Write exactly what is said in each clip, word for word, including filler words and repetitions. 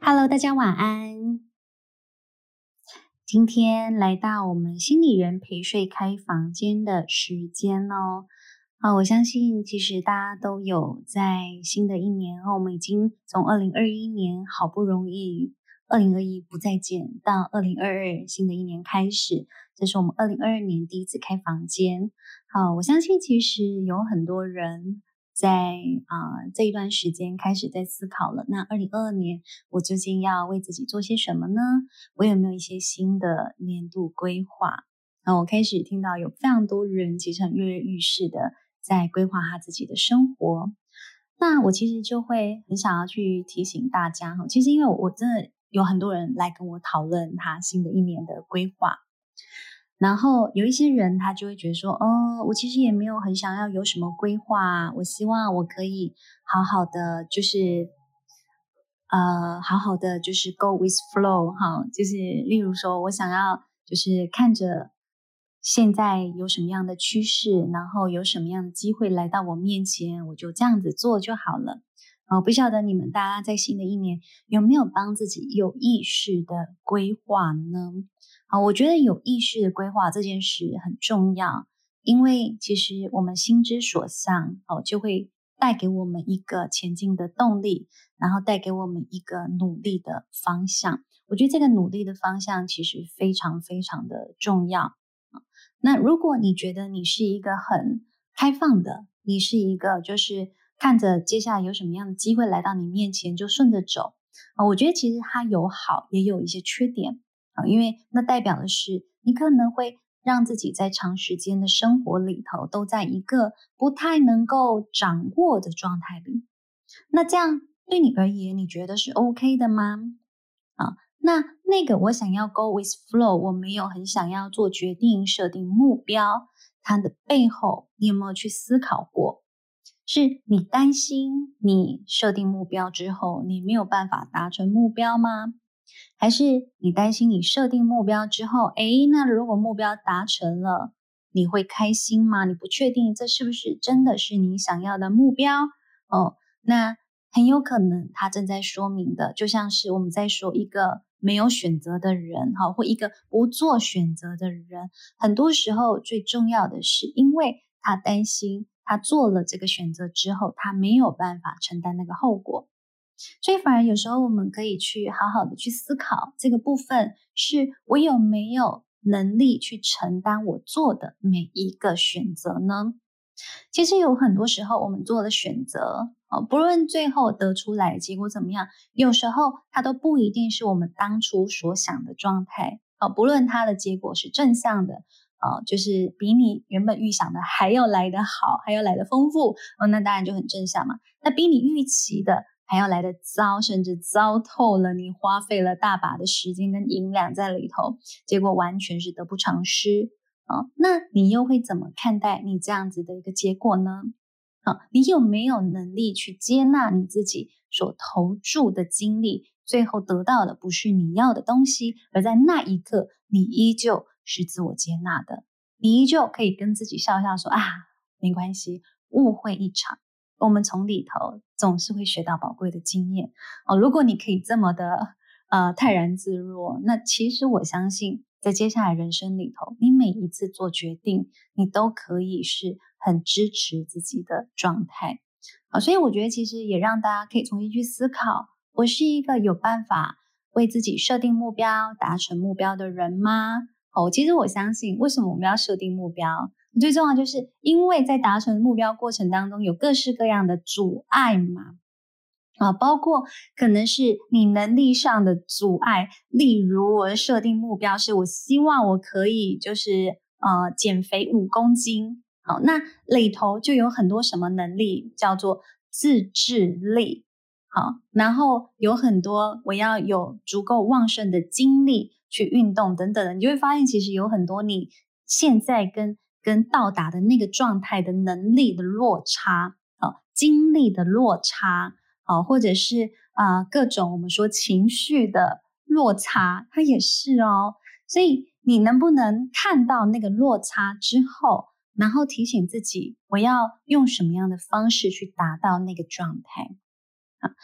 Hello， 大家晚安。今天来到我们心理人陪睡开房间的时间哦。啊，我相信其实大家都有在新的一年后，我们已经从二零二一年好不容易二零二一不再见到二零二二新的一年开始，这是我们二零二二年第一次开房间。好，我相信其实有很多人在啊、呃、这一段时间开始在思考了，那二零二二年我究竟要为自己做些什么呢？我有没有一些新的年度规划？那我开始听到有非常多人其实很跃跃欲试的在规划他自己的生活。那我其实就会很想要去提醒大家，其实因为我真的有很多人来跟我讨论他新的一年的规划。然后有一些人他就会觉得说，哦，我其实也没有很想要有什么规划，我希望我可以好好的就是呃，好好的就是 go with flow 哈，就是例如说我想要就是看着现在有什么样的趋势，然后有什么样的机会来到我面前，我就这样子做就好了。呃，不晓得你们大家在新的一年有没有帮自己有意识的规划呢？好，我觉得有意识的规划这件事很重要，因为其实我们心之所向，哦，就会带给我们一个前进的动力，然后带给我们一个努力的方向。我觉得这个努力的方向其实非常非常的重要。那如果你觉得你是一个很开放的，你是一个就是看着接下来有什么样的机会来到你面前就顺着走，我觉得其实它有好也有一些缺点，因为那代表的是你可能会让自己在长时间的生活里头都在一个不太能够掌握的状态里。那这样对你而言，你觉得是 OK 的吗？啊，那那个我想要 go with flow， 我没有很想要做决定设定目标，它的背后你有没有去思考过？是你担心你设定目标之后你没有办法达成目标吗？还是你担心你设定目标之后，诶，那如果目标达成了，你会开心吗？你不确定这是不是真的是你想要的目标哦，那很有可能它正在说明的，就像是我们在说一个没有选择的人，或一个不做选择的人，很多时候最重要的是因为他担心他做了这个选择之后，他没有办法承担那个后果。所以反而有时候我们可以去好好的去思考这个部分，是我有没有能力去承担我做的每一个选择呢？其实有很多时候我们做的选择，不论最后得出来的结果怎么样，有时候它都不一定是我们当初所想的状态，不论它的结果是正向的，就是比你原本预想的还要来得好，还要来得丰富，那当然就很正向嘛。那比你预期的还要来得糟，甚至糟透了，你花费了大把的时间跟银两在里头，结果完全是得不偿失。哦，那你又会怎么看待你这样子的一个结果呢？哦，你有没有能力去接纳你自己所投注的精力，最后得到的不是你要的东西，而在那一刻你依旧是自我接纳的，你依旧可以跟自己笑笑说啊，没关系，误会一场，我们从里头总是会学到宝贵的经验。哦，如果你可以这么的呃泰然自若，那其实我相信在接下来人生里头，你每一次做决定，你都可以是很支持自己的状态。啊，所以我觉得其实也让大家可以重新去思考，我是一个有办法为自己设定目标、达成目标的人吗？哦，其实我相信，为什么我们要设定目标？最重要就是因为在达成目标过程当中有各式各样的阻碍嘛。啊，包括可能是你能力上的阻碍，例如我的设定目标是我希望我可以就是呃减肥五公斤，好，那里头就有很多什么能力叫做自制力，好，然后有很多我要有足够旺盛的精力去运动等等的，你就会发现其实有很多你现在跟跟到达的那个状态的能力的落差，好，精力的落差。哦，或者是啊、呃、各种我们说情绪的落差，它也是哦。所以你能不能看到那个落差之后，然后提醒自己，我要用什么样的方式去达到那个状态啊？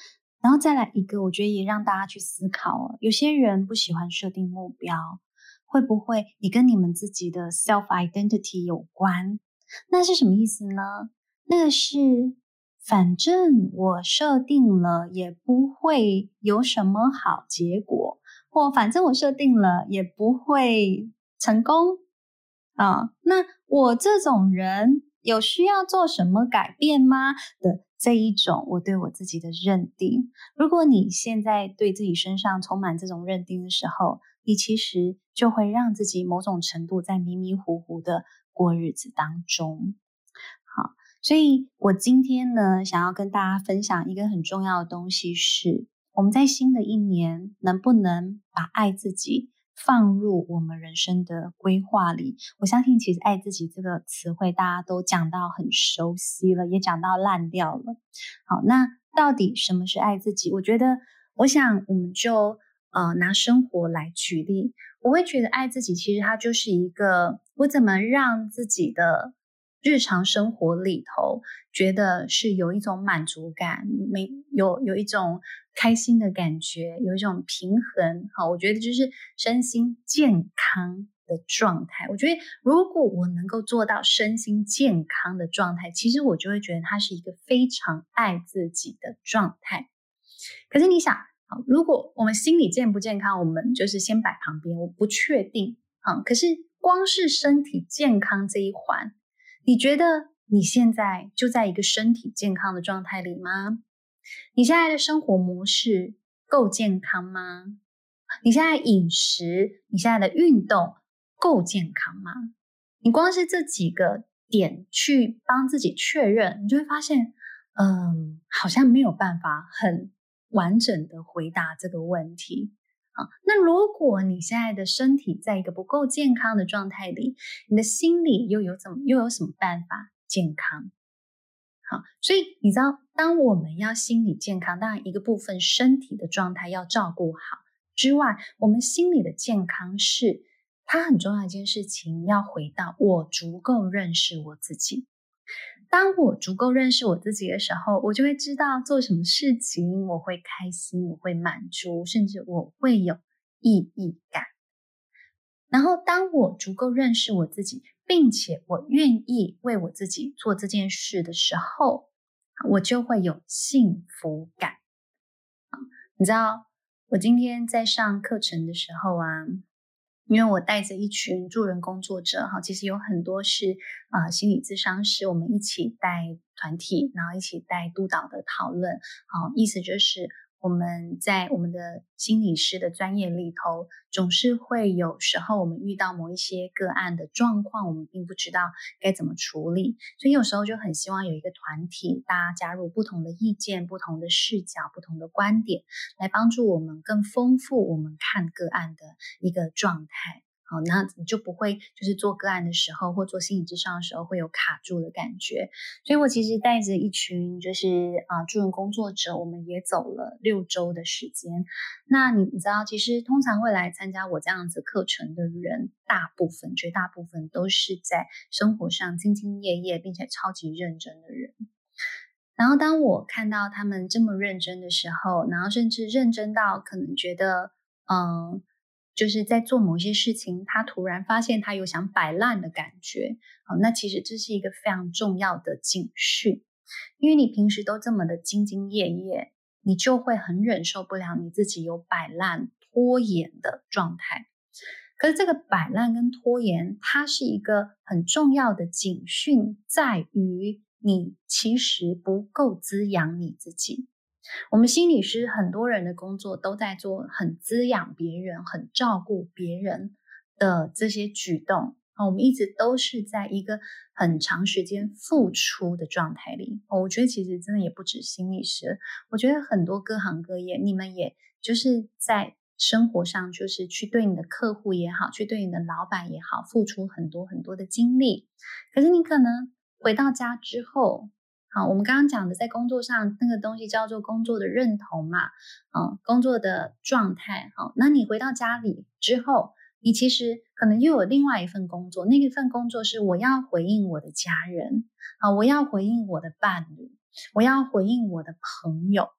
然后再来一个，我觉得也让大家去思考哦，有些人不喜欢设定目标，会不会也跟你们自己的 self identity 有关？那是什么意思呢？那个是反正我设定了也不会有什么好结果，或反正我设定了也不会成功啊。那我这种人有需要做什么改变吗？的这一种我对我自己的认定。如果你现在对自己身上充满这种认定的时候，你其实就会让自己某种程度在迷迷糊糊的过日子当中。好，所以我今天呢，想要跟大家分享一个很重要的东西是，我们在新的一年能不能把爱自己放入我们人生的规划里。我相信其实爱自己这个词汇大家都讲到很熟悉了，也讲到烂掉了。好，那到底什么是爱自己？我觉得我想我们就呃拿生活来举例。我会觉得爱自己其实它就是一个我怎么让自己的日常生活里头觉得是有一种满足感，没有有一种开心的感觉，有一种平衡。好，我觉得就是身心健康的状态。我觉得如果我能够做到身心健康的状态，其实我就会觉得它是一个非常爱自己的状态。可是你想，好，如果我们心理健不健康，我们就是先摆旁边，我不确定。好，可是光是身体健康这一环，你觉得你现在就在一个身体健康的状态里吗？你现在的生活模式够健康吗？你现在饮食，你现在的运动够健康吗？你光是这几个点去帮自己确认，你就会发现，嗯，好像没有办法很完整的回答这个问题。啊，那如果你现在的身体在一个不够健康的状态里，你的心理又有怎么又有什么办法健康？好，所以你知道，当我们要心理健康，当然一个部分身体的状态要照顾好之外，我们心理的健康是它很重要的一件事情，要回到我足够认识我自己。当我足够认识我自己的时候，我就会知道做什么事情我会开心，我会满足，甚至我会有意义感。然后当我足够认识我自己，并且我愿意为我自己做这件事的时候，我就会有幸福感。你知道，我今天在上课程的时候啊，因为我带着一群助人工作者，其实有很多是呃心理咨商师，我们一起带团体，然后一起带督导的讨论。好，意思就是我们在我们的心理师的专业里头，总是会有时候我们遇到某一些个案的状况，我们并不知道该怎么处理，所以有时候就很希望有一个团体，大家加入不同的意见、不同的视角、不同的观点，来帮助我们更丰富我们看个案的一个状态。好，那你就不会就是做个案的时候或做心理咨商的时候会有卡住的感觉。所以我其实带着一群就是啊、呃、助人工作者，我们也走了六周的时间。那你知道，其实通常会来参加我这样子课程的人，大部分绝大部分都是在生活上兢兢业业并且超级认真的人。然后当我看到他们这么认真的时候，然后甚至认真到可能觉得嗯就是在做某些事情，他突然发现他有想摆烂的感觉，哦，那其实这是一个非常重要的警讯，因为你平时都这么的兢兢业业，你就会很忍受不了你自己有摆烂拖延的状态。可是这个摆烂跟拖延，它是一个很重要的警讯，在于你其实不够滋养你自己。我们心理师很多人的工作都在做很滋养别人、很照顾别人的这些举动。我们一直都是在一个很长时间付出的状态里。我觉得其实真的也不止心理师，我觉得很多各行各业，你们也就是在生活上就是去对你的客户也好，去对你的老板也好，付出很多很多的精力。可是你可能回到家之后，好，我们刚刚讲的在工作上那个东西叫做工作的认同嘛，嗯，工作的状态。好，那你回到家里之后，你其实可能又有另外一份工作，那一份工作是我要回应我的家人，啊，我要回应我的伴侣，我要回应我的朋友。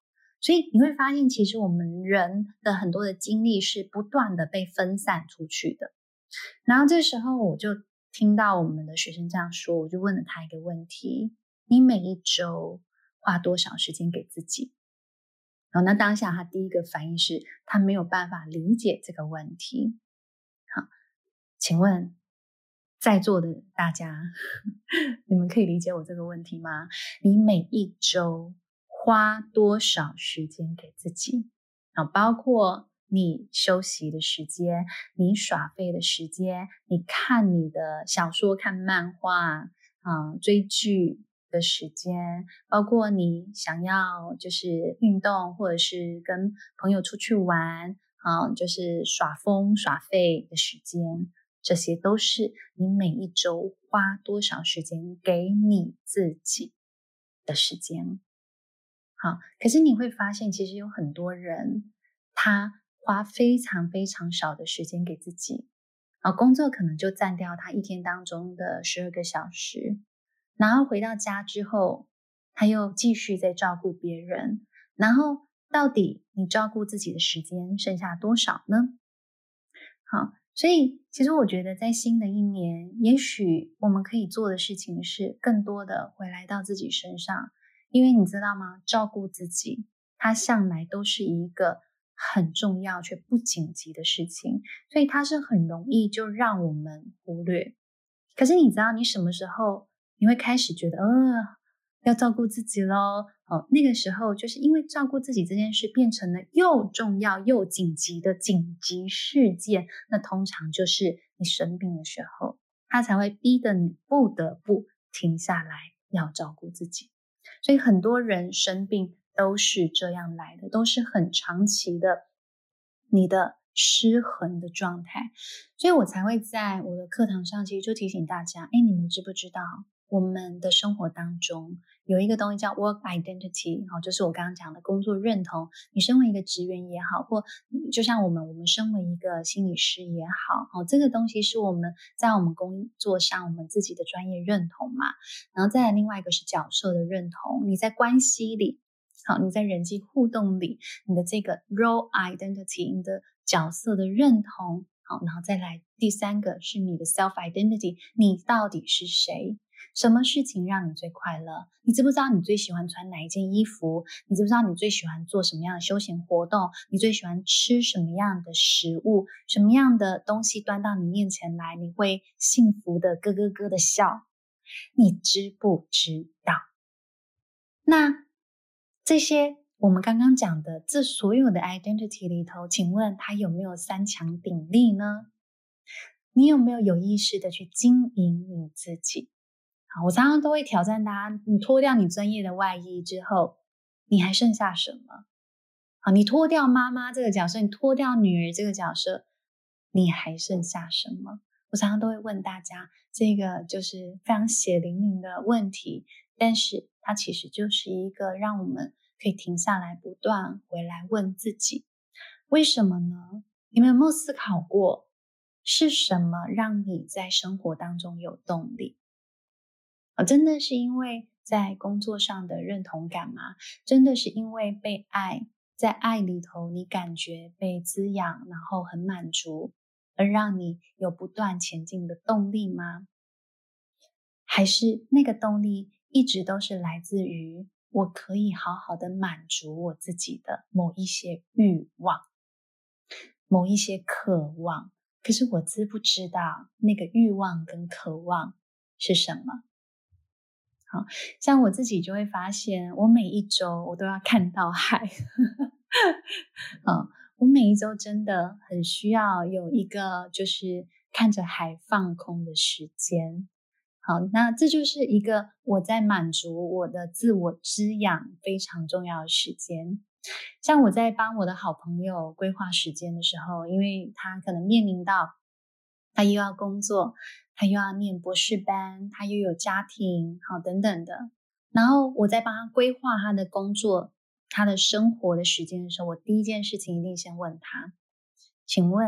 所以你会发现，其实我们人的很多的精力是不断的被分散出去的。然后这时候我就听到我们的学生这样说，我就问了他一个问题：你每一周花多少时间给自己？然后那当下他第一个反应是他没有办法理解这个问题。好，请问在座的大家你们可以理解我这个问题吗？你每一周花多少时间给自己？好，包括你休息的时间，你耍废的时间，你看你的小说、看漫画、嗯、追剧的时间，包括你想要就是运动或者是跟朋友出去玩，啊、就是耍疯耍废的时间，这些都是你每一周花多少时间给你自己的时间。好，可是你会发现其实有很多人他花非常非常少的时间给自己，啊，工作可能就占掉他一天当中的十二个小时，然后回到家之后他又继续在照顾别人，然后到底你照顾自己的时间剩下多少呢？好，所以其实我觉得在新的一年，也许我们可以做的事情是更多的回来到自己身上，因为你知道吗？照顾自己，它向来都是一个很重要却不紧急的事情，所以它是很容易就让我们忽略。可是你知道你什么时候你会开始觉得，呃，要照顾自己咯，哦，那个时候就是因为照顾自己这件事变成了又重要又紧急的紧急事件，那通常就是你生病的时候，它才会逼得你不得不停下来要照顾自己。所以很多人生病都是这样来的，都是很长期的你的失衡的状态。所以我才会在我的课堂上其实就提醒大家，诶，你们知不知道我们的生活当中有一个东西叫 work identity， 就是我刚刚讲的工作认同。你身为一个职员也好，或就像我们我们身为一个心理师也好，这个东西是我们在我们工作上我们自己的专业认同嘛。然后再来另外一个是角色的认同，你在关系里，好，你在人际互动里，你的这个 role identity， 你的角色的认同，好，然后再来第三个是你的 self identity， 你到底是谁？什么事情让你最快乐？你知不知道你最喜欢穿哪一件衣服？你知不知道你最喜欢做什么样的休闲活动？你最喜欢吃什么样的食物？什么样的东西端到你面前来，你会幸福的咯咯咯的笑？你知不知道？那这些我们刚刚讲的这所有的 identity 里头，请问它有没有三强鼎立呢？你有没有有意识的去经营你自己？好，我常常都会挑战大家，你脱掉你专业的外衣之后，你还剩下什么？好，你脱掉妈妈这个角色，你脱掉女儿这个角色，你还剩下什么？我常常都会问大家，这个就是非常血淋淋的问题，但是它其实就是一个让我们可以停下来，不断回来问自己，为什么呢？你们有没有思考过，是什么让你在生活当中有动力？哦，真的是因为在工作上的认同感吗？真的是因为被爱，在爱里头你感觉被滋养，然后很满足，而让你有不断前进的动力吗？还是那个动力一直都是来自于我可以好好的满足我自己的某一些欲望，某一些渴望，可是我知不知道那个欲望跟渴望是什么？好，像我自己就会发现，我每一周我都要看到海。嗯，我每一周真的很需要有一个就是看着海放空的时间。好，那这就是一个我在满足我的自我滋养非常重要的时间。像我在帮我的好朋友规划时间的时候，因为他可能面临到他又要工作，他又要念博士班，他又有家庭，好等等的。然后我在帮他规划他的工作、他的生活的时间的时候，我第一件事情一定先问他，请问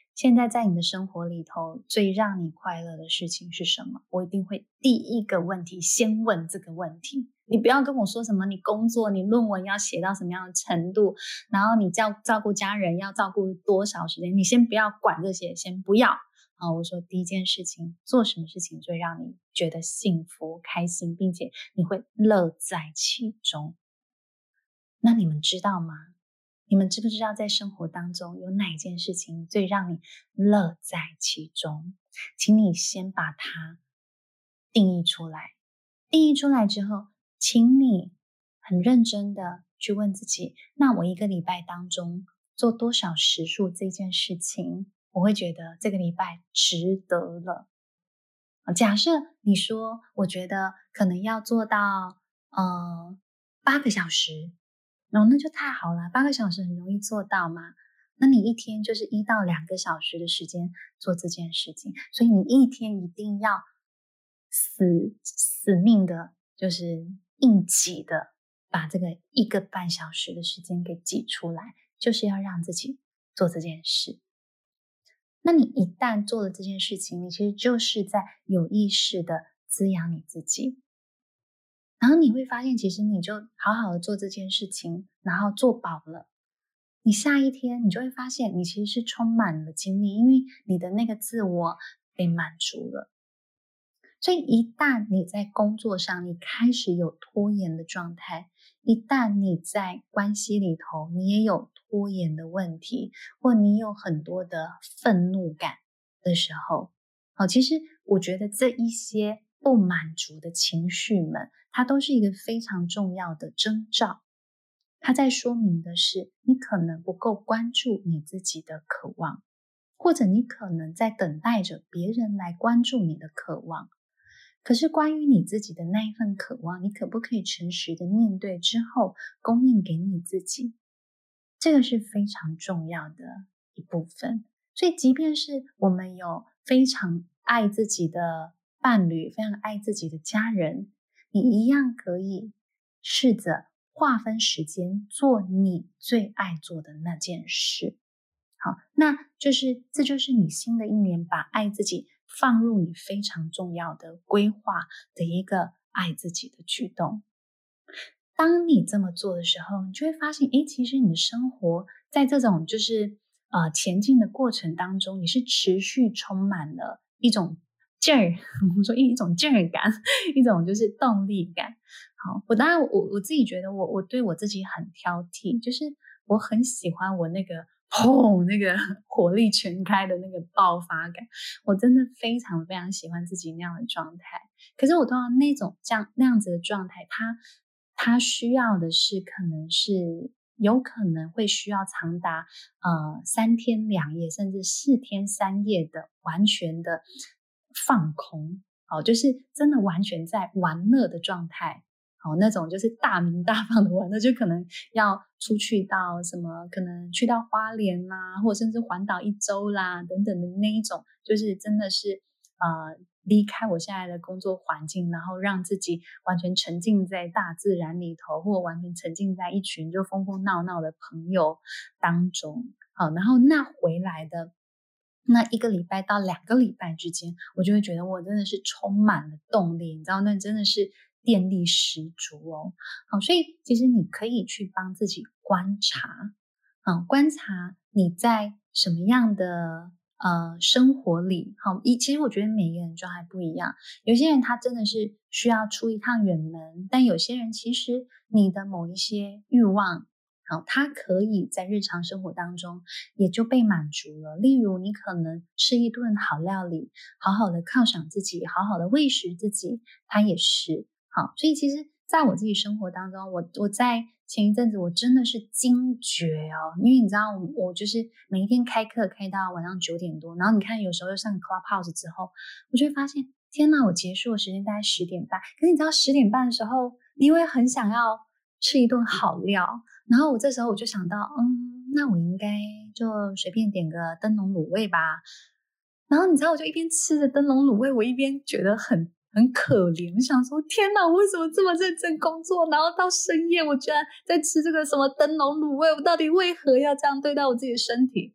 现在在你的生活里头最让你快乐的事情是什么？我一定会第一个问题先问这个问题。你不要跟我说什么你工作你论文要写到什么样的程度，然后你照照顾家人要照顾多少时间，你先不要管这些，先不要。好，我说第一件事情，做什么事情最让你觉得幸福开心，并且你会乐在其中。那你们知道吗？你们知不知道在生活当中有哪一件事情最让你乐在其中？请你先把它定义出来。定义出来之后，请你很认真的去问自己，那我一个礼拜当中做多少时数这件事情，我会觉得这个礼拜值得了。假设你说我觉得可能要做到呃八个小时，然后那就太好了，八个小时很容易做到嘛。那你一天就是一到两个小时的时间做这件事情，所以你一天一定要死死命的，就是硬挤的把这个一个半小时的时间给挤出来，就是要让自己做这件事。那你一旦做了这件事情，你其实就是在有意识的滋养你自己。然后你会发现，其实你就好好的做这件事情，然后做饱了，你下一天你就会发现你其实是充满了精力，因为你的那个自我被满足了。所以一旦你在工作上你开始有拖延的状态，一旦你在关系里头你也有拖延的问题，或你有很多的愤怒感的时候，好，其实我觉得这一些不满足的情绪们，它都是一个非常重要的征兆。它在说明的是你可能不够关注你自己的渴望，或者你可能在等待着别人来关注你的渴望。可是关于你自己的那一份渴望，你可不可以诚实的面对之后供应给你自己？这个是非常重要的一部分。所以即便是我们有非常爱自己的伴侣，非常爱自己的家人，你一样可以试着划分时间做你最爱做的那件事。好，那就是这就是你新的一年把爱自己放入你非常重要的规划的一个爱自己的举动。当你这么做的时候，你就会发现，诶，其实你的生活在这种就是呃前进的过程当中，你是持续充满了一种劲儿，我们说一种劲儿感，一种就是动力感。好，我当然我我自己觉得我我对我自己很挑剔，就是我很喜欢我那个砰那个火力全开的那个爆发感，我真的非常非常喜欢自己那样的状态。可是我通常那种这样那样子的状态，它它需要的是可能是有可能会需要长达呃三天两夜甚至四天三夜的完全的放空，好，就是真的完全在玩乐的状态。好，那种就是大鸣大放的玩乐，就可能要出去到什么，可能去到花莲啦，或者甚至环岛一周啦，等等的那一种，就是真的是呃离开我现在的工作环境，然后让自己完全沉浸在大自然里头，或完全沉浸在一群就疯疯闹闹的朋友当中。好，然后那回来的那一个礼拜到两个礼拜之间，我就会觉得我真的是充满了动力，你知道，那真的是电力十足哦。好，所以其实你可以去帮自己观察，好，观察你在什么样的呃生活里。好，其实我觉得每个人状态不一样，有些人他真的是需要出一趟远门，但有些人其实你的某一些欲望，好，它可以在日常生活当中也就被满足了。例如你可能吃一顿好料理，好好的犒赏自己，好好的喂食自己，它也是好。所以其实在我自己生活当中，我我在前一阵子我真的是惊觉哦，因为你知道我我就是每一天开课开到晚上九点多，然后你看有时候又上 Clubhouse 之后，我就会发现天哪，我结束的时间大概十点半，可是你知道十点半的时候你会很想要吃一顿好料，然后我这时候我就想到嗯，那我应该就随便点个灯笼卤味吧。然后你知道我就一边吃着灯笼卤味，我一边觉得很很可怜，我想说天哪，我为什么这么认真工作，然后到深夜我居然在吃这个什么灯笼卤味，我到底为何要这样对待我自己的身体？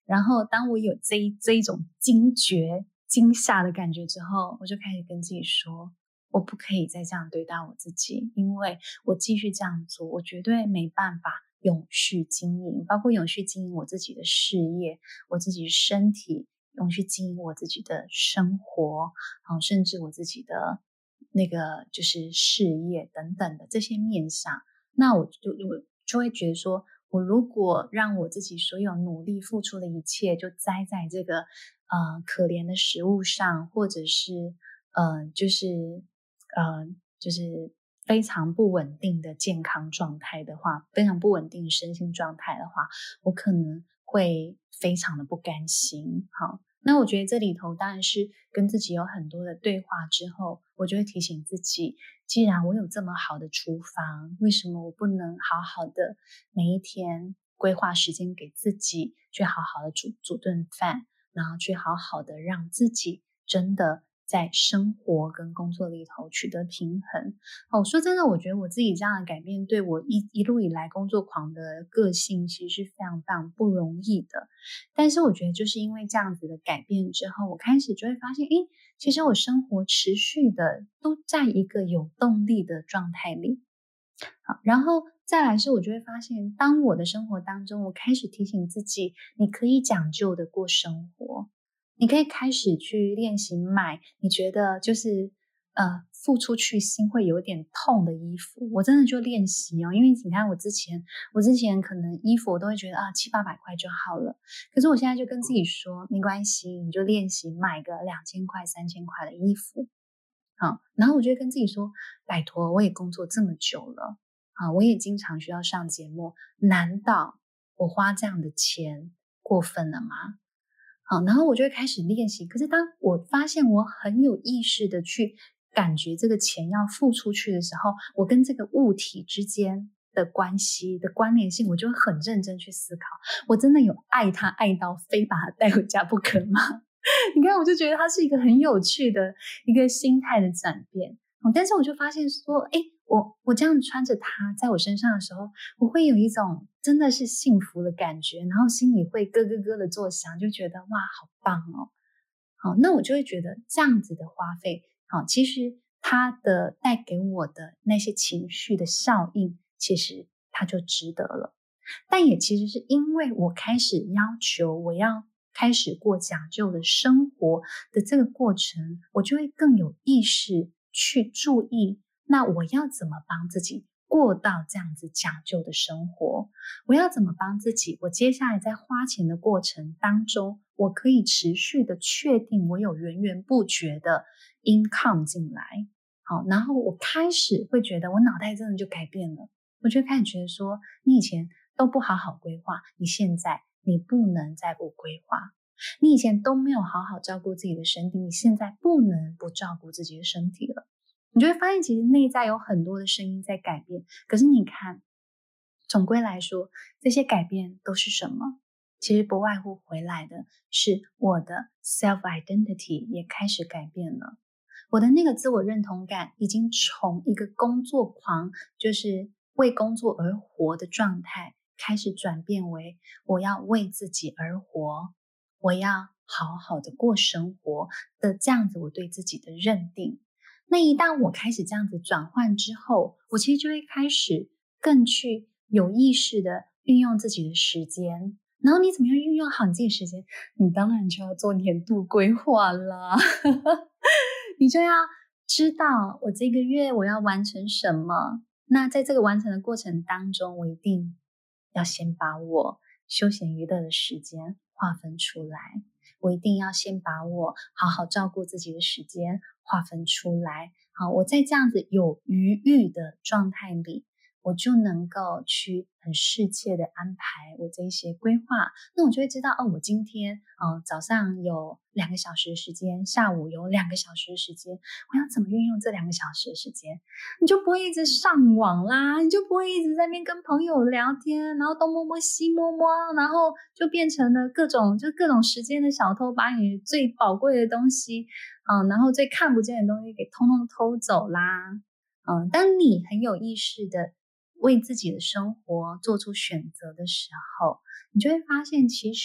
然后当我有这一这一种惊觉惊吓的感觉之后，我就开始跟自己说，我不可以再这样对待我自己，因为我继续这样做，我绝对没办法永续经营，包括永续经营我自己的事业，我自己的身体，永续经营我自己的生活，嗯，甚至我自己的那个就是事业等等的这些面向。那我就我就会觉得说，我如果让我自己所有努力付出的一切就栽在这个呃可怜的食物上，或者是呃就是呃就是非常不稳定的健康状态的话，非常不稳定的身心状态的话，我可能会非常的不甘心。好，那我觉得这里头当然是跟自己有很多的对话之后，我就会提醒自己，既然我有这么好的厨房，为什么我不能好好的每一天规划时间给自己，去好好的煮煮顿饭，然后去好好的让自己真的在生活跟工作里头取得平衡。哦，说真的，我觉得我自己这样的改变对我一一路以来工作狂的个性其实是非常非常不容易的。但是我觉得就是因为这样子的改变之后，我开始就会发现，诶，其实我生活持续的都在一个有动力的状态里。好，然后再来是我就会发现，当我的生活当中，我开始提醒自己，你可以讲究的过生活，你可以开始去练习买你觉得就是呃付出去心会有点痛的衣服。我真的就练习哦，因为你看我之前我之前可能衣服我都会觉得啊七八百块就好了，可是我现在就跟自己说没关系，你就练习买个两千块三千块的衣服。好，然后我就会跟自己说，拜托，我也工作这么久了啊，我也经常需要上节目，难道我花这样的钱过分了吗？好，然后我就会开始练习。可是当我发现我很有意识的去感觉这个钱要付出去的时候，我跟这个物体之间的关系的关联性，我就会很认真去思考，我真的有爱它爱到非把它带回家不可吗？你看，我就觉得它是一个很有趣的一个心态的转变。嗯，但是我就发现说，诶，我我这样穿着它在我身上的时候，我会有一种真的是幸福的感觉，然后心里会咯咯咯的作响，就觉得哇，好棒哦。好，那我就会觉得这样子的花费，好，其实它的带给我的那些情绪的效应，其实它就值得了。但也其实是因为我开始要求我要开始过讲究的生活的这个过程，我就会更有意识去注意，那我要怎么帮自己过到这样子讲究的生活，我要怎么帮自己，我接下来在花钱的过程当中，我可以持续的确定我有源源不绝的 income 进来。好，然后我开始会觉得我脑袋真的就改变了，我就开始觉得说，你以前都不好好规划，你现在你不能再不规划，你以前都没有好好照顾自己的身体，你现在不能不照顾自己的身体了。你就会发现其实内在有很多的声音在改变，可是你看，总归来说，这些改变都是什么？其实不外乎回来的是我的 self identity 也开始改变了，我的那个自我认同感已经从一个工作狂，就是为工作而活的状态，开始转变为我要为自己而活，我要好好的过生活的这样子我对自己的认定。那一旦我开始这样子转换之后，我其实就会开始更去有意识的运用自己的时间。然后你怎么样运用好你自己的时间？你当然就要做年度规划啦。你就要知道我这个月我要完成什么，那在这个完成的过程当中，我一定要先把我休闲娱乐的时间划分出来，我一定要先把我好好照顾自己的时间划分出来。好，我在这样子有余裕的状态里，我就能够去很适切的安排我这一些规划。那我就会知道，哦，我今天呃早上有两个小时的时间，下午有两个小时的时间，我要怎么运用这两个小时的时间？你就不会一直上网啦，你就不会一直在那边跟朋友聊天，然后东摸摸西摸摸，然后就变成了各种就各种时间的小偷，把你最宝贵的东西，嗯，然后最看不见的东西给通通偷走啦。嗯，当你很有意识的为自己的生活做出选择的时候，你就会发现其实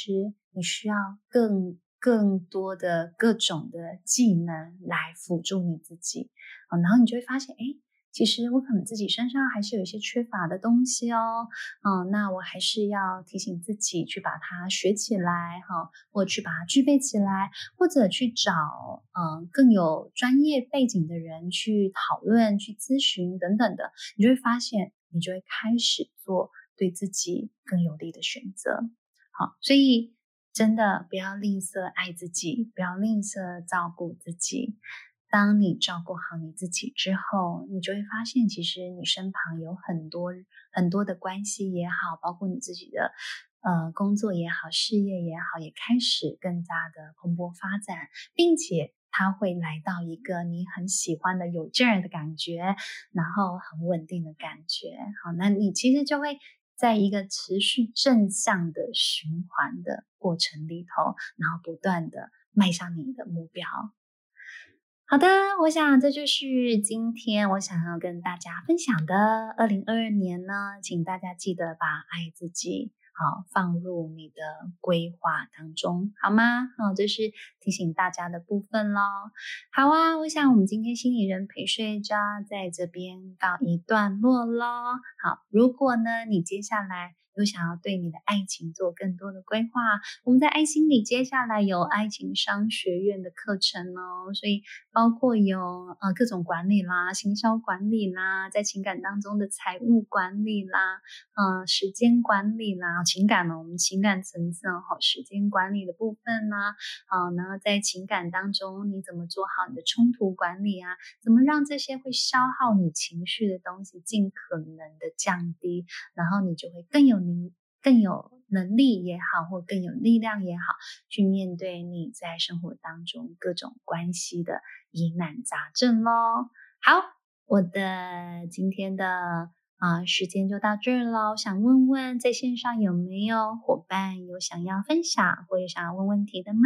你需要更更多的各种的技能来辅助你自己，然后你就会发现，诶，其实我可能自己身上还是有一些缺乏的东西哦，嗯，那我还是要提醒自己去把它学起来哈，或去把它具备起来，或者去找嗯更有专业背景的人去讨论、去咨询等等的，你就会发现，你就会开始做对自己更有利的选择。好，所以真的不要吝啬爱自己，不要吝啬照顾自己。当你照顾好你自己之后，你就会发现，其实你身旁有很多很多的关系也好，包括你自己的呃工作也好，事业也好，也开始更加的蓬勃发展，并且它会来到一个你很喜欢的有劲儿的感觉，然后很稳定的感觉。好，那你其实就会在一个持续正向的循环的过程里头，然后不断的迈向你的目标。好的，我想这就是今天我想要跟大家分享的二零二二年呢，请大家记得把爱自己好放入你的规划当中，好吗？好，这是提醒大家的部分咯。好啊，我想我们今天心理人陪睡就要在这边告一段落咯。好，如果呢你接下来有想要对你的爱情做更多的规划，我们在爱心里接下来有爱情商学院的课程哦，所以包括有呃各种管理啦、行销管理啦，在情感当中的财务管理啦、呃时间管理啦，情感呢我们情感层次哦，时间管理的部分啦，啊，然后在情感当中你怎么做好你的冲突管理啊？怎么让这些会消耗你情绪的东西尽可能的降低，然后你就会更有能更有能力也好，或更有力量也好，去面对你在生活当中各种关系的疑难杂症咯。好，我的今天的啊、呃、时间就到这儿咯。想问问在线上有没有伙伴有想要分享或有想要问问题的吗？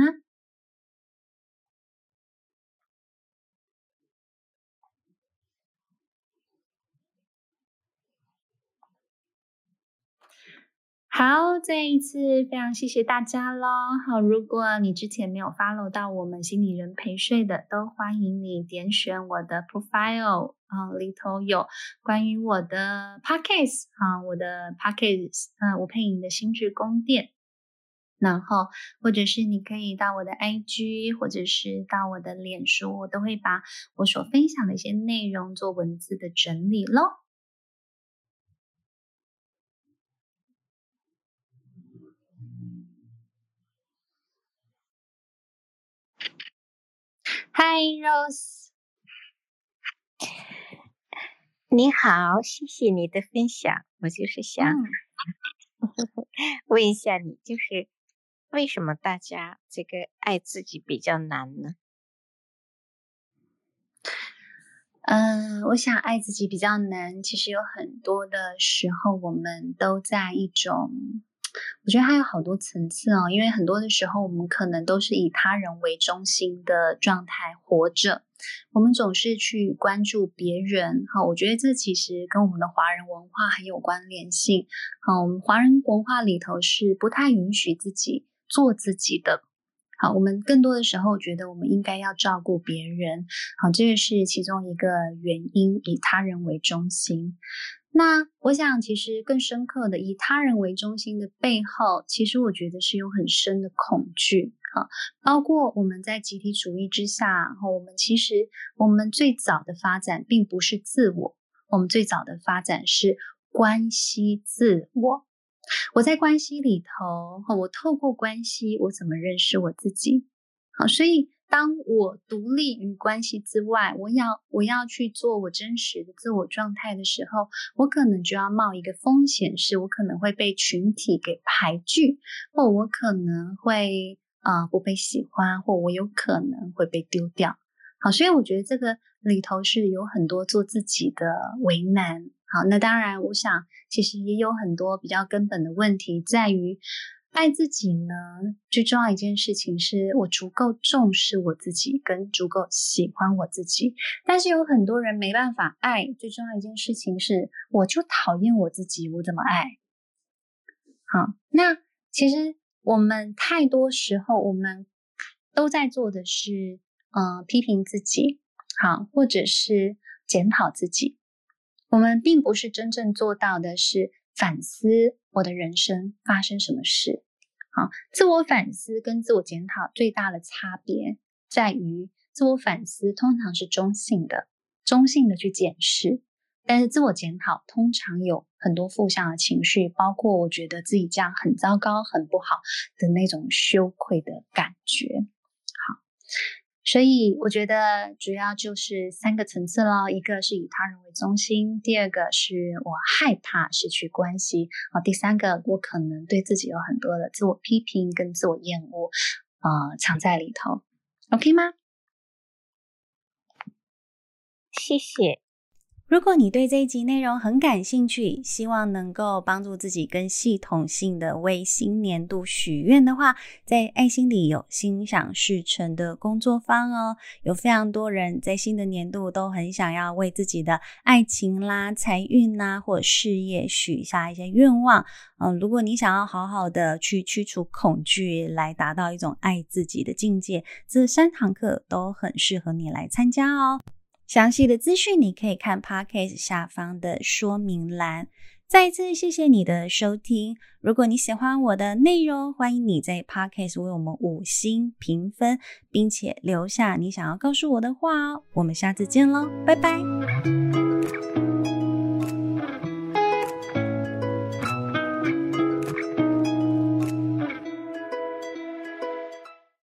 好，再一次非常谢谢大家咯。好，如果你之前没有 follow 到我们心理人陪睡的，都欢迎你点选我的 profile 啊，里头有关于我的 podcast 啊，我的 podcast 啊，吴佩莹的心智宫殿。然后，或者是你可以到我的 I G， 或者是到我的脸书，我都会把我所分享的一些内容做文字的整理咯。Hi Rose， 你好，谢谢你的分享。我就是想嗯。 问一下你，就是为什么大家这个爱自己比较难呢？ 嗯，我想爱自己比较难，其实有很多的时候我们都在一种，我觉得还有好多层次哦，因为很多的时候我们可能都是以他人为中心的状态活着，我们总是去关注别人，哈，我觉得这其实跟我们的华人文化很有关联性，哈，我们华人文化里头是不太允许自己做自己的。好，我们更多的时候觉得我们应该要照顾别人，好，这个是其中一个原因，以他人为中心。那我想其实更深刻的以他人为中心的背后，其实我觉得是有很深的恐惧啊，包括我们在集体主义之下，我们其实我们最早的发展并不是自我，我们最早的发展是关系自我。我在关系里头，我透过关系，我怎么认识我自己？好，所以当我独立于关系之外，我要我要去做我真实的自我状态的时候，我可能就要冒一个风险，是我可能会被群体给排拒，或我可能会呃不被喜欢，或我有可能会被丢掉。好，所以我觉得这个里头是有很多做自己的为难。好，那当然，我想其实也有很多比较根本的问题，在于爱自己呢，最重要一件事情是我足够重视我自己，跟足够喜欢我自己。但是有很多人没办法爱，最重要一件事情是，我就讨厌我自己，我怎么爱？好，那其实我们太多时候我们都在做的是呃批评自己，好，或者是检讨自己。我们并不是真正做到的是反思我的人生发生什么事。好，自我反思跟自我检讨最大的差别在于，自我反思通常是中性的，中性的去检视，但是自我检讨通常有很多负向的情绪，包括我觉得自己这样很糟糕、很不好的那种羞愧的感觉。好，所以我觉得主要就是三个层次咯，一个是以他人为中心，第二个是我害怕失去关系，第三个我可能对自己有很多的自我批评跟自我厌恶呃，藏在里头。 OK 吗？ 谢谢。 如果你对这一集内容很感兴趣，希望能够帮助自己更系统性的为新年度许愿的话，在爱心里有心想事成的工作坊哦。有非常多人在新的年度都很想要为自己的爱情啦、财运啦或事业许下一些愿望。嗯，如果你想要好好的去驱除恐惧，来达到一种爱自己的境界，这三堂课都很适合你来参加哦。详细的资讯你可以看 Podcast 下方的说明栏。再一次谢谢你的收听，如果你喜欢我的内容，欢迎你在 Podcast 为我们五星评分，并且留下你想要告诉我的话哦。我们下次见咯，拜拜。